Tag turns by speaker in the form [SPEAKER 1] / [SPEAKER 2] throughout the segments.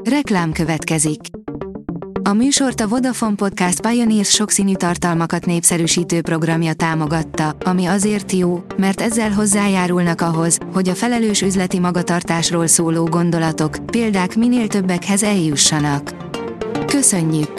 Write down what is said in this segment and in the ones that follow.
[SPEAKER 1] Reklám következik. A műsort a Vodafone Podcast Pioneers sokszínű tartalmakat népszerűsítő programja támogatta, ami azért jó, mert ezzel hozzájárulnak ahhoz, hogy a felelős üzleti magatartásról szóló gondolatok, példák minél többekhez eljussanak. Köszönjük!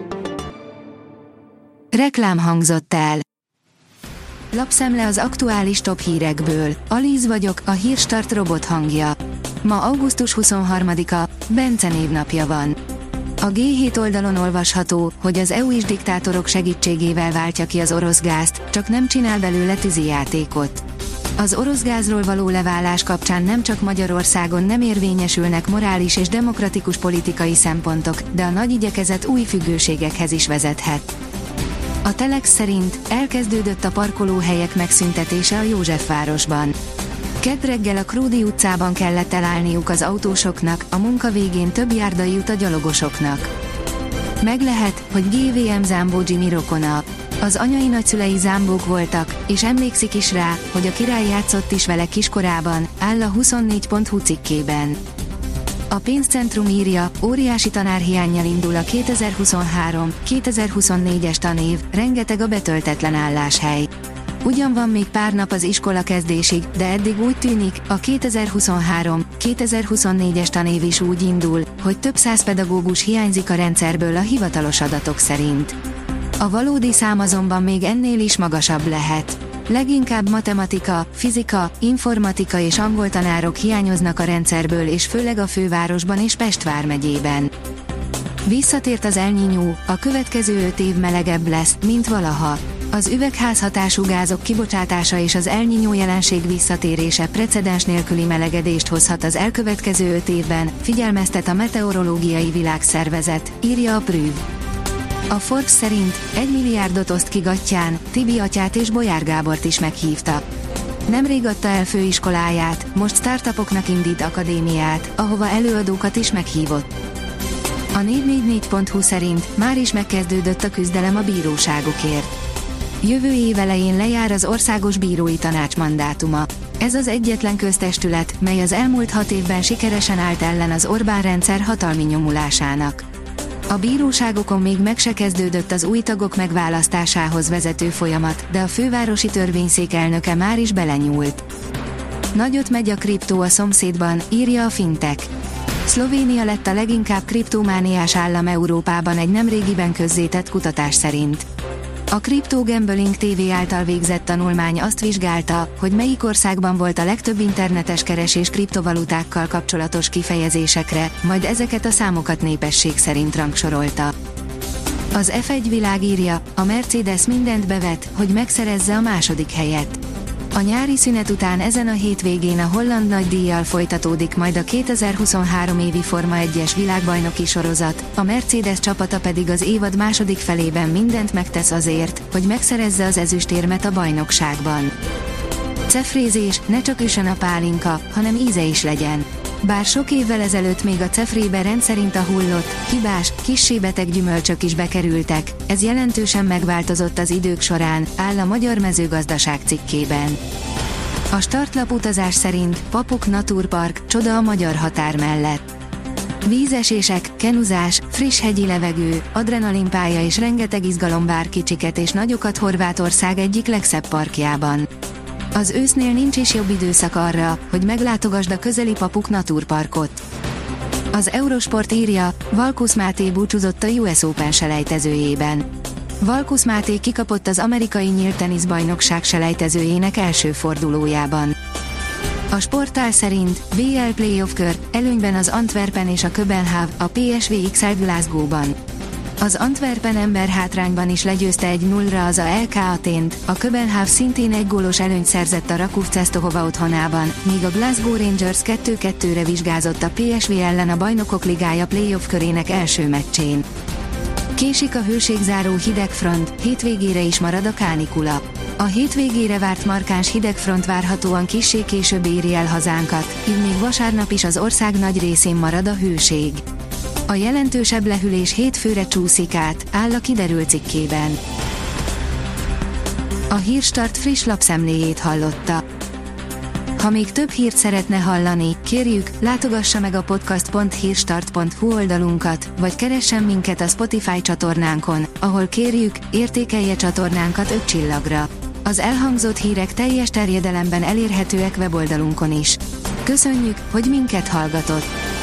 [SPEAKER 1] Reklám hangzott el. Lapszemle az aktuális top hírekből. Alíz vagyok, a Hírstart robot hangja. Ma augusztus 23-a, Bence névnapja van. A G7 oldalon olvasható, hogy az EU is diktátorok segítségével váltja ki az orosz gázt, csak nem csinál belőle tűzijátékot. Az orosz gázról való leválás kapcsán nem csak Magyarországon nem érvényesülnek morális és demokratikus politikai szempontok, de a nagy igyekezet új függőségekhez is vezethet. A Telex szerint elkezdődött a parkolóhelyek megszüntetése a Józsefvárosban. Kedd reggel a Krúdi utcában kellett elállniuk az autósoknak, a munka végén több járda jut a gyalogosoknak. Meg lehet, hogy GVM Zámbó Jimmy rokona. Az anyai nagyszülei zámbók voltak, és emlékszik is rá, hogy a király játszott is vele kiskorában, áll a 24.hu cikkében. A pénzcentrum írja, óriási tanárhiánnyal indul a 2023-2024-es tanév, rengeteg a betöltetlen álláshely. Ugyan van még pár nap az iskola kezdésig, de eddig úgy tűnik, a 2023-2024-es tanév is úgy indul, hogy több száz pedagógus hiányzik a rendszerből a hivatalos adatok szerint. A valódi szám azonban még ennél is magasabb lehet. Leginkább matematika, fizika, informatika és angol tanárok hiányoznak a rendszerből és főleg a fővárosban és Pest vármegyében. Visszatért az El Niño, a következő 5 év melegebb lesz, mint valaha. Az üvegházhatású gázok kibocsátása és az El Niño jelenség visszatérése precedens nélküli melegedést hozhat az elkövetkező 5 évben, figyelmeztet a Meteorológiai Világszervezet, írja a Prüv. A Forbes szerint 1 milliárdot oszt ki gattyán, Tibi atyát és Bolyár Gábort is meghívta. Nemrég adta el főiskoláját, most startupoknak indít akadémiát, ahova előadókat is meghívott. A 444.hu szerint már is megkezdődött a küzdelem a bíróságokért. Jövő év elején lejár az Országos Bírói Tanács mandátuma. Ez az egyetlen köztestület, mely az elmúlt 6 évben sikeresen állt ellen az Orbán rendszer hatalmi nyomulásának. A bíróságokon még meg se kezdődött az új tagok megválasztásához vezető folyamat, de a fővárosi törvényszék elnöke már is belenyúlt. Nagyot megy a kriptó a szomszédban, írja a Fintech. Szlovénia lett a leginkább kriptomániás állam Európában egy nemrégiben közzétett kutatás szerint. A Crypto Gambling TV által végzett tanulmány azt vizsgálta, hogy melyik országban volt a legtöbb internetes keresés kriptovalutákkal kapcsolatos kifejezésekre, majd ezeket a számokat népesség szerint rangsorolta. Az F1 világ írja, a Mercedes mindent bevet, hogy megszerezze a második helyet. A nyári szünet után ezen a hétvégén a holland nagydíjjal folytatódik majd a 2023 évi Forma 1-es világbajnoki sorozat, a Mercedes csapata pedig az évad második felében mindent megtesz azért, hogy megszerezze az ezüstérmet a bajnokságban. Cefrézés, ne csak üssön a pálinka, hanem íze is legyen. Bár sok évvel ezelőtt még a cefrébe rendszerint a hullott, hibás, kissé beteg gyümölcsök is bekerültek, ez jelentősen megváltozott az idők során, áll a Magyar Mezőgazdaság cikkében. A startlap utazás szerint Papuk Naturpark, csoda a magyar határ mellett. Vízesések, kenuzás, friss hegyi levegő, adrenalinpálya és rengeteg izgalom vár kicsiket és nagyokat Horvátország egyik legszebb parkjában. Az ősznél nincs is jobb időszak arra, hogy meglátogasd a közeli Papuk Naturparkot. Az Eurosport írja, Valkusz Máté búcsúzott a US Open selejtezőjében. Valkusz Máté kikapott az amerikai nyílt teniszbajnokság selejtezőjének első fordulójában. A sportál szerint BL Playoff kör, előnyben az Antwerpen és a Köbenhavn, a PSV XL Glasgow-ban. Az Antwerpen ember hátrányban is legyőzte 1-0-ra az AEK Athént, a Köbenhavn szintén egy gólos előnyt szerzett a Raków Częstochowa otthonában, míg a Glasgow Rangers 2-2-re vizsgázott a PSV ellen a Bajnokok Ligája playoff körének első meccsén. Késik a hőségzáró hidegfront, hétvégére is marad a kánikula. A hétvégére várt markáns hidegfront várhatóan kissé később éri el hazánkat, így még vasárnap is az ország nagy részén marad a hőség. A jelentősebb lehűlés hétfőre csúszik át, áll a Kiderült cikkében. A Hírstart friss lapszemléjét hallotta. Ha még több hírt szeretne hallani, kérjük, látogassa meg a podcast.hírstart.hu oldalunkat, vagy keressen minket a Spotify csatornánkon, ahol kérjük, értékelje csatornánkat 5 csillagra. Az elhangzott hírek teljes terjedelemben elérhetőek weboldalunkon is. Köszönjük, hogy minket hallgatott!